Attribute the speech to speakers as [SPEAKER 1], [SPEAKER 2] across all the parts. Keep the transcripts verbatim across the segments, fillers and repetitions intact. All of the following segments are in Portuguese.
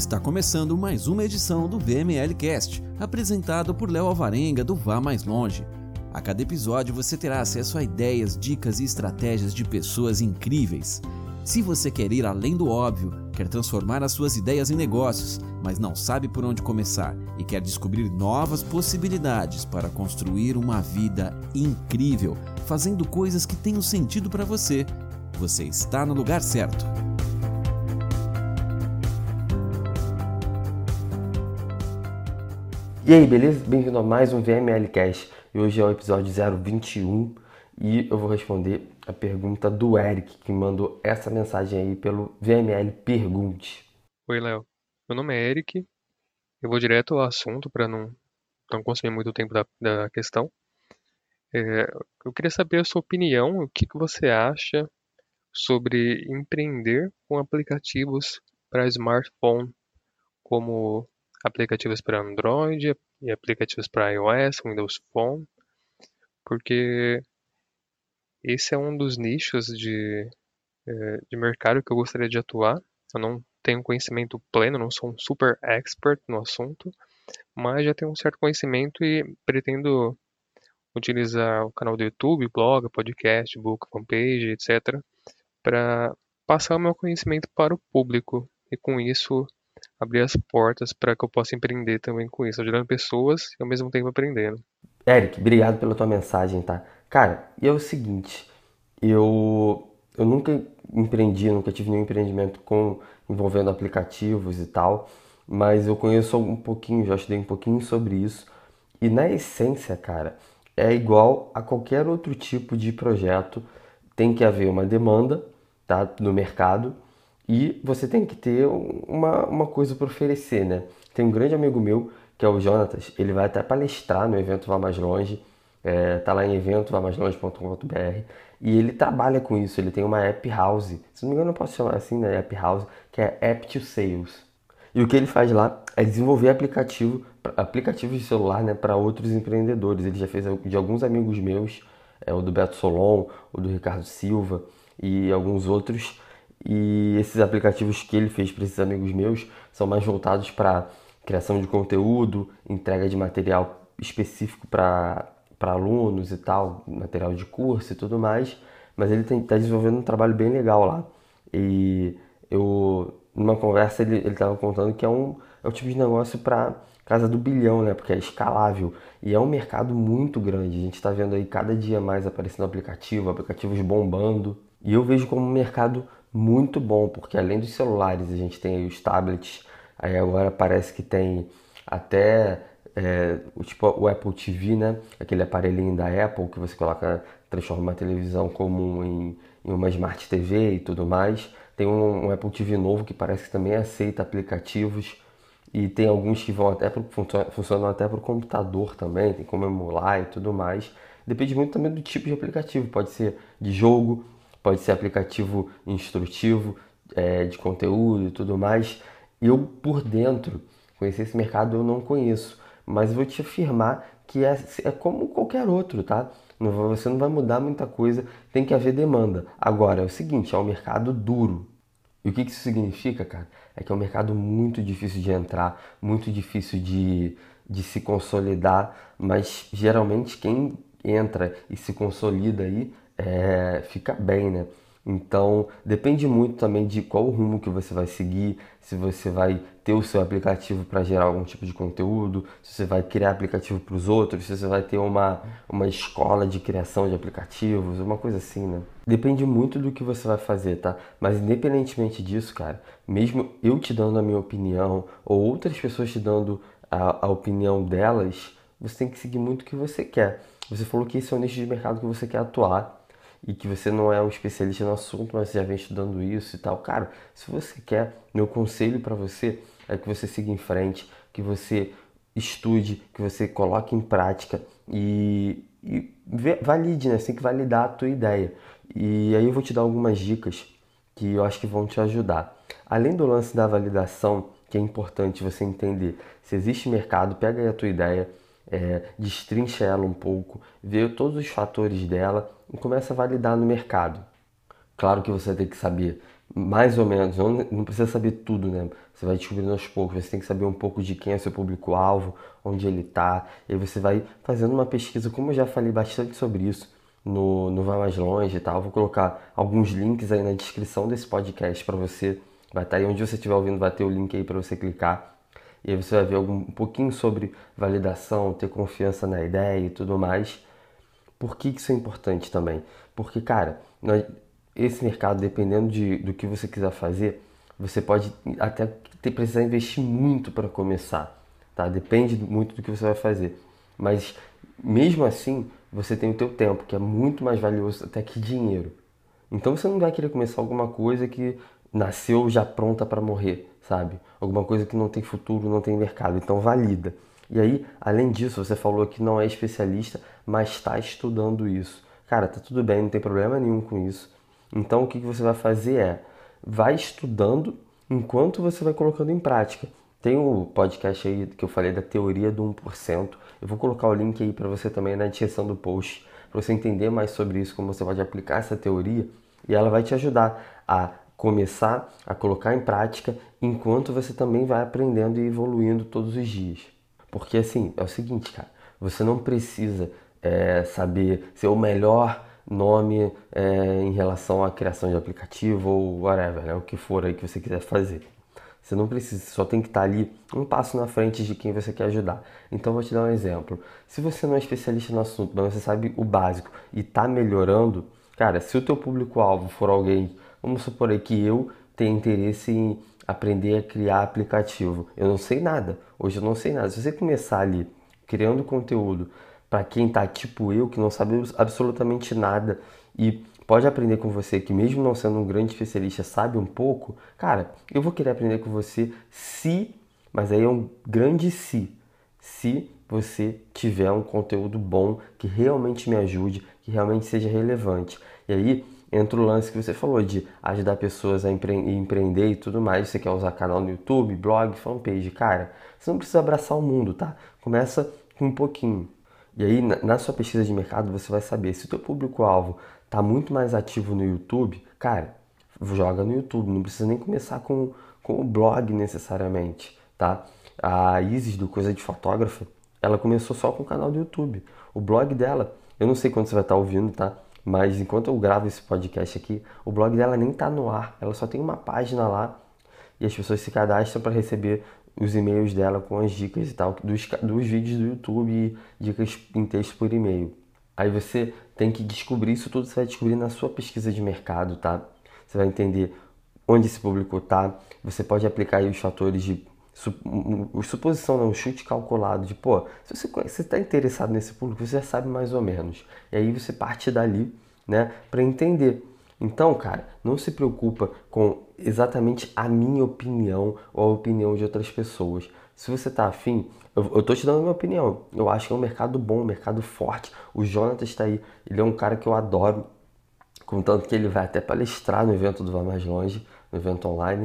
[SPEAKER 1] Está começando mais uma edição do V M L Cast, apresentado por Léo Alvarenga do Vá Mais Longe. A cada episódio você terá acesso a ideias, dicas e estratégias de pessoas incríveis. Se você quer ir além do óbvio, quer transformar as suas ideias em negócios, mas não sabe por onde começar e quer descobrir novas possibilidades para construir uma vida incrível, fazendo coisas que tenham sentido para você, você está no lugar certo.
[SPEAKER 2] E aí, beleza? Bem-vindo a mais um V M L Cast. E hoje é o episódio zero vinte e um e eu vou responder a pergunta do Eric, que mandou essa mensagem aí pelo V M L Pergunte.
[SPEAKER 3] Oi, Léo. Meu nome é Eric. Eu vou direto ao assunto para não, não consumir muito tempo da, da questão. É, eu queria saber a sua opinião, o que, que você acha sobre empreender com aplicativos para smartphone, como aplicativos para Android e aplicativos para iOS, Windows Phone, porque esse é um dos nichos de, é, de mercado que eu gostaria de atuar. Eu não tenho conhecimento pleno, não sou um super expert no assunto, mas já tenho um certo conhecimento e pretendo utilizar o canal do YouTube, blog, podcast, book, fanpage, etcétera, para passar o meu conhecimento para o público e com isso abrir as portas para que eu possa empreender também com isso, ajudando pessoas e ao mesmo tempo aprendendo.
[SPEAKER 2] Eric, obrigado pela tua mensagem, tá? Cara, e é o seguinte, eu, eu nunca empreendi, nunca tive nenhum empreendimento com, envolvendo aplicativos e tal, mas eu conheço um pouquinho, já estudei um pouquinho sobre isso, e na essência, cara, é igual a qualquer outro tipo de projeto, tem que haver uma demanda, tá, no mercado, e você tem que ter uma, uma coisa para oferecer, né? Tem um grande amigo meu, que é o Jonatas, ele vai até palestrar no evento Vá Mais Longe, é, tá lá em evento vá mais longe ponto com ponto b r, e ele trabalha com isso, ele tem uma app house, se não me engano eu posso chamar assim, né, app house, que é App to Sales. E o que ele faz lá é desenvolver aplicativo, aplicativos de celular, né, para outros empreendedores. Ele já fez de alguns amigos meus, é, o do Beto Solon, o do Ricardo Silva e alguns outros. E esses aplicativos que ele fez para esses amigos meus são mais voltados para criação de conteúdo, entrega de material específico para para alunos e tal, material de curso e tudo mais. Mas ele está desenvolvendo um trabalho bem legal lá. E eu, numa conversa, ele estava contando que é um, é um tipo de negócio para casa do bilhão, né? Porque é escalável e é um mercado muito grande. A gente está vendo aí cada dia mais aparecendo aplicativo, aplicativos bombando. E eu vejo como um mercado muito bom, porque além dos celulares, a gente tem aí os tablets, aí agora parece que tem até é, o, tipo, o Apple T V, né? Aquele aparelhinho da Apple que você coloca, transforma uma televisão comum em, em uma Smart T V e tudo mais. Tem um, um Apple T V novo que parece que também aceita aplicativos. E tem alguns que vão até pro, funcionam até para o computador também, tem como emular e tudo mais. Depende muito também do tipo de aplicativo, pode ser de jogo, pode ser aplicativo instrutivo, é, de conteúdo e tudo mais. Eu, por dentro, conhecer esse mercado eu não conheço, mas vou te afirmar que é, é como qualquer outro, tá? Não, você não vai mudar muita coisa, tem que haver demanda. Agora, é o seguinte, é um mercado duro. E o que isso significa, cara? É que é um mercado muito difícil de entrar, muito difícil de, de se consolidar, mas geralmente quem entra e se consolida aí é, fica bem, né? Então depende muito também de qual rumo que você vai seguir, se você vai ter o seu aplicativo para gerar algum tipo de conteúdo, se você vai criar aplicativo para os outros, se você vai ter uma, uma escola de criação de aplicativos, uma coisa assim, né? Depende muito do que você vai fazer, tá? Mas independentemente disso, cara, mesmo eu te dando a minha opinião ou outras pessoas te dando a, a opinião delas, você tem que seguir muito o que você quer. Você falou que esse é o nicho de mercado que você quer atuar e que você não é um especialista no assunto, mas você já vem estudando isso e tal. Cara, se você quer, meu conselho para você é que você siga em frente, que você estude, que você coloque em prática e, e valide, né? Você tem que validar a tua ideia. E aí eu vou te dar algumas dicas que eu acho que vão te ajudar. Além do lance da validação, que é importante você entender se existe mercado, pega aí a tua ideia, é, destrincha ela um pouco, vê todos os fatores dela e começa a validar no mercado. Claro que você tem que saber mais ou menos, não, não precisa saber tudo, né? Você vai descobrindo aos poucos, você tem que saber um pouco de quem é seu público-alvo, onde ele está, e aí você vai fazendo uma pesquisa, como eu já falei bastante sobre isso no, no Vai Mais Longe e tal, vou colocar alguns links aí na descrição desse podcast para você, vai estar aí onde você estiver ouvindo, vai ter o link aí para você clicar, e aí você vai ver algum, um pouquinho sobre validação, ter confiança na ideia e tudo mais. Por que isso é importante também? Porque, cara, nós, esse mercado, dependendo de, do que você quiser fazer, você pode até ter, precisar investir muito para começar, tá? Depende muito do que você vai fazer. Mas, mesmo assim, você tem o teu tempo, que é muito mais valioso até que dinheiro. Então, você não vai querer começar alguma coisa que nasceu já pronta para morrer, sabe? Alguma coisa que não tem futuro, não tem mercado. Então, valida. E aí, além disso, você falou que não é especialista, mas está estudando isso. Cara, tá tudo bem, não tem problema nenhum com isso. Então, o que você vai fazer é, vai estudando enquanto você vai colocando em prática. Tem o podcast aí que eu falei da teoria do um por cento. Eu vou colocar o link aí para você também na descrição do post, para você entender mais sobre isso, como você pode aplicar essa teoria. E ela vai te ajudar a começar a colocar em prática enquanto você também vai aprendendo e evoluindo todos os dias. Porque assim, é o seguinte, cara, você não precisa é, saber ser o melhor nome é, em relação à criação de aplicativo ou whatever, né? O que for aí que você quiser fazer. Você não precisa, só tem que estar ali um passo na frente de quem você quer ajudar. Então, vou te dar um exemplo. Se você não é especialista no assunto, mas você sabe o básico e está melhorando, cara, se o teu público-alvo for alguém, vamos supor aí que eu tenho interesse em aprender a criar aplicativo. Eu não sei nada. Hoje eu não sei nada. Se você começar ali criando conteúdo para quem tá tipo eu, que não sabe absolutamente nada e pode aprender com você, que mesmo não sendo um grande especialista, sabe um pouco, cara, eu vou querer aprender com você se, mas aí é um grande se, se você tiver um conteúdo bom, que realmente me ajude, que realmente seja relevante. E aí entra o lance que você falou de ajudar pessoas a empre- empreender e tudo mais. Você quer usar canal no YouTube, blog, fanpage, cara, você não precisa abraçar o mundo, tá? Começa com um pouquinho. E aí, na sua pesquisa de mercado, você vai saber se o teu público-alvo está muito mais ativo no YouTube, cara, joga no YouTube, não precisa nem começar com, com o blog necessariamente, tá? A Isis, do Coisa de Fotógrafa, ela começou só com o canal do YouTube. O blog dela, eu não sei quando você vai estar ouvindo, tá? Mas enquanto eu gravo esse podcast aqui, o blog dela nem tá no ar, ela só tem uma página lá e as pessoas se cadastram para receber os e-mails dela com as dicas e tal, dos, dos vídeos do YouTube e dicas em texto por e-mail. Aí você tem que descobrir isso tudo, você vai descobrir na sua pesquisa de mercado, tá? Você vai entender onde esse público tá, você pode aplicar aí os fatores de su- suposição, não, chute calculado, de pô, se você está interessado nesse público, você já sabe mais ou menos. E aí você parte dali, né, para entender. Então, cara, não se preocupa com exatamente a minha opinião ou a opinião de outras pessoas. Se você tá afim, eu, eu tô te dando a minha opinião. Eu acho que é um mercado bom, um mercado forte. O Jonatas está aí, ele é um cara que eu adoro, contanto que ele vai até palestrar no evento do Vai Mais Longe, no evento online.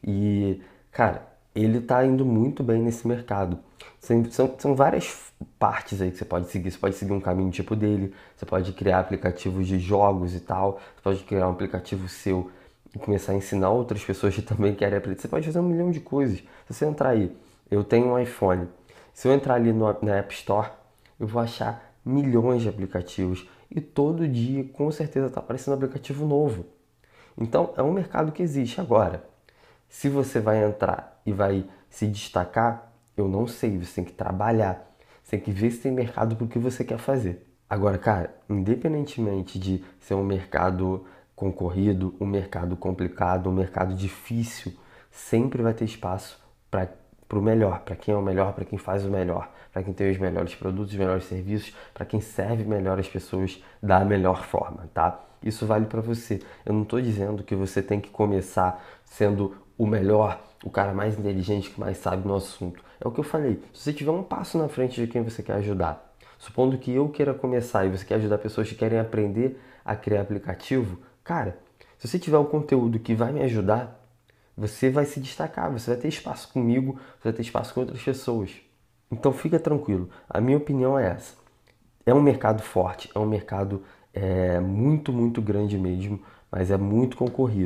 [SPEAKER 2] E, cara, ele tá indo muito bem nesse mercado. São, são, são várias partes aí que você pode seguir. Você pode seguir um caminho tipo dele, você pode criar aplicativos de jogos e tal, você pode criar um aplicativo seu e começar a ensinar outras pessoas que também querem aprender. Você pode fazer um milhão de coisas. Se você entrar aí, eu tenho um iPhone. Se eu entrar ali no, na App Store, eu vou achar milhões de aplicativos e todo dia, com certeza, está aparecendo um aplicativo novo. Então, é um mercado que existe. Agora, se você vai entrar e vai se destacar, eu não sei, você tem que trabalhar, você tem que ver se tem mercado para o que você quer fazer. Agora, cara, independentemente de ser um mercado concorrido, um mercado complicado, um mercado difícil, sempre vai ter espaço para o melhor, para quem é o melhor, para quem faz o melhor, para quem tem os melhores produtos, os melhores serviços, para quem serve melhor as pessoas da melhor forma, tá? Isso vale para você. Eu não estou dizendo que você tem que começar sendo o melhor, o cara mais inteligente que mais sabe no assunto. É o que eu falei. Se você tiver um passo na frente de quem você quer ajudar, supondo que eu queira começar e você quer ajudar pessoas que querem aprender a criar aplicativo, cara, se você tiver um conteúdo que vai me ajudar, você vai se destacar, você vai ter espaço comigo, você vai ter espaço com outras pessoas. Então fica tranquilo, a minha opinião é essa. É um mercado forte, é um mercado é, muito, muito grande mesmo, mas é muito concorrido.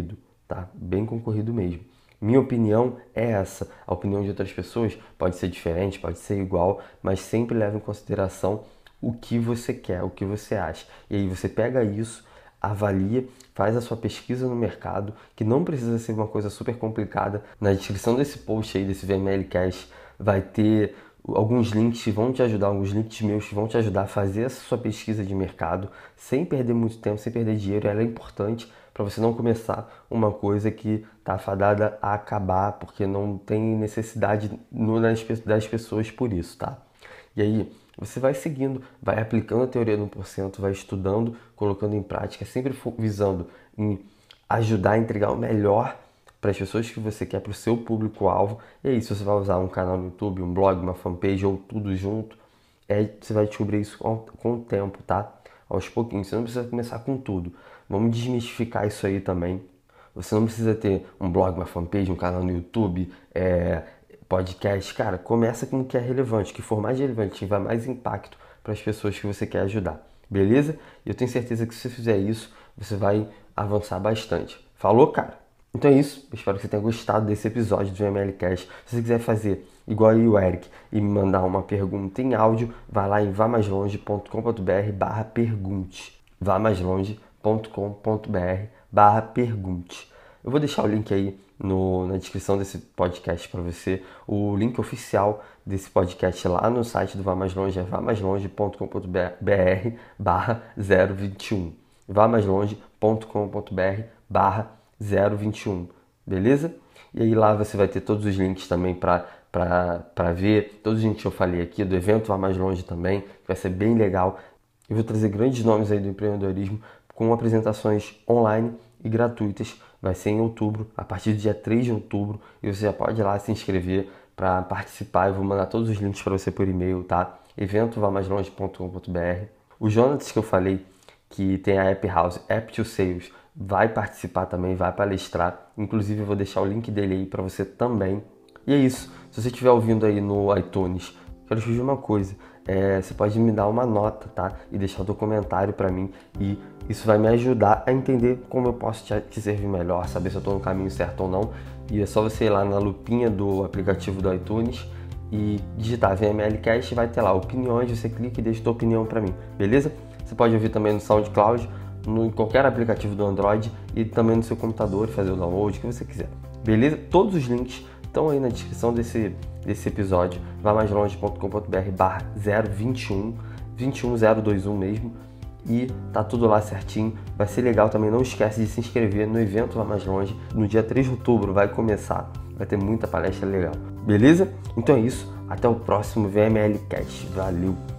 [SPEAKER 2] tá? Bem concorrido mesmo. Minha opinião é essa. A opinião de outras pessoas pode ser diferente, pode ser igual, mas sempre leva em consideração o que você quer, o que você acha. E aí você pega isso, avalia, faz a sua pesquisa no mercado, que não precisa ser uma coisa super complicada. Na descrição desse post aí, desse VMLcast, vai ter alguns links que vão te ajudar, alguns links meus que vão te ajudar a fazer essa sua pesquisa de mercado sem perder muito tempo, sem perder dinheiro. Ela é importante para você não começar uma coisa que está fadada a acabar, porque não tem necessidade das pessoas por isso, tá? E aí, você vai seguindo, vai aplicando a teoria do um por cento, vai estudando, colocando em prática, sempre visando em ajudar a entregar o melhor para as pessoas que você quer, para o seu público-alvo. E aí, se você vai usar um canal no YouTube, um blog, uma fanpage ou tudo junto, é, você vai descobrir isso com, com o tempo, tá? Aos pouquinhos, você não precisa começar com tudo. Vamos desmistificar isso aí também. Você não precisa ter um blog, uma fanpage, um canal no YouTube, é, podcast. Cara, começa com o que é relevante, que for mais relevante, que vai mais impacto para as pessoas que você quer ajudar. Beleza? E eu tenho certeza que se você fizer isso, você vai avançar bastante. Falou, cara? Então é isso. Eu espero que você tenha gostado desse episódio do VMLcast. Se você quiser fazer igual aí o Eric e me mandar uma pergunta em áudio, vai lá em vamaslonge.com.br barra pergunte. vamaslonge.com.br barra pergunte. Eu vou deixar o link aí no, na descrição desse podcast para você. O link oficial desse podcast lá no site do Vá Mais Longe é vamaslonge.com.br barra zero vinte e um. vamaslonge.com.br barra zero vinte e um. Beleza? E aí lá você vai ter todos os links também para para ver, todos os links que eu falei aqui, do evento Vá Mais Longe também, que vai ser bem legal. Eu vou trazer grandes nomes aí do empreendedorismo com apresentações online e gratuitas. Vai ser em outubro, a partir do dia três de outubro, e você já pode ir lá se inscrever para participar. Eu vou mandar todos os links para você por e-mail, tá? evento vá mais longe ponto com ponto br. O Jonas que eu falei, que tem a App House, App to Sales, vai participar também, vai palestrar. Inclusive eu vou deixar o link dele aí para você também. E é isso. Se você estiver ouvindo aí no iTunes, quero te pedir uma coisa. É, você pode me dar uma nota, tá? E deixar o teu comentário para mim. E isso vai me ajudar a entender como eu posso te, te servir melhor, saber se eu estou no caminho certo ou não. E é só você ir lá na lupinha do aplicativo do iTunes e digitar VMLcast, vai ter lá opiniões, você clica e deixa a tua opinião para mim, beleza? Você pode ouvir também no SoundCloud, no, em qualquer aplicativo do Android e também no seu computador, fazer o download, o que você quiser, beleza? Todos os links estão aí na descrição desse, desse episódio, vá mais longe ponto com ponto br barra zero vinte e um, vinte e um zero vinte e um mesmo, e tá tudo lá certinho. Vai ser legal também, não esquece de se inscrever no evento Vá Mais Longe, no dia três de outubro vai começar, vai ter muita palestra legal, beleza? Então é isso, até o próximo VMLcast, valeu!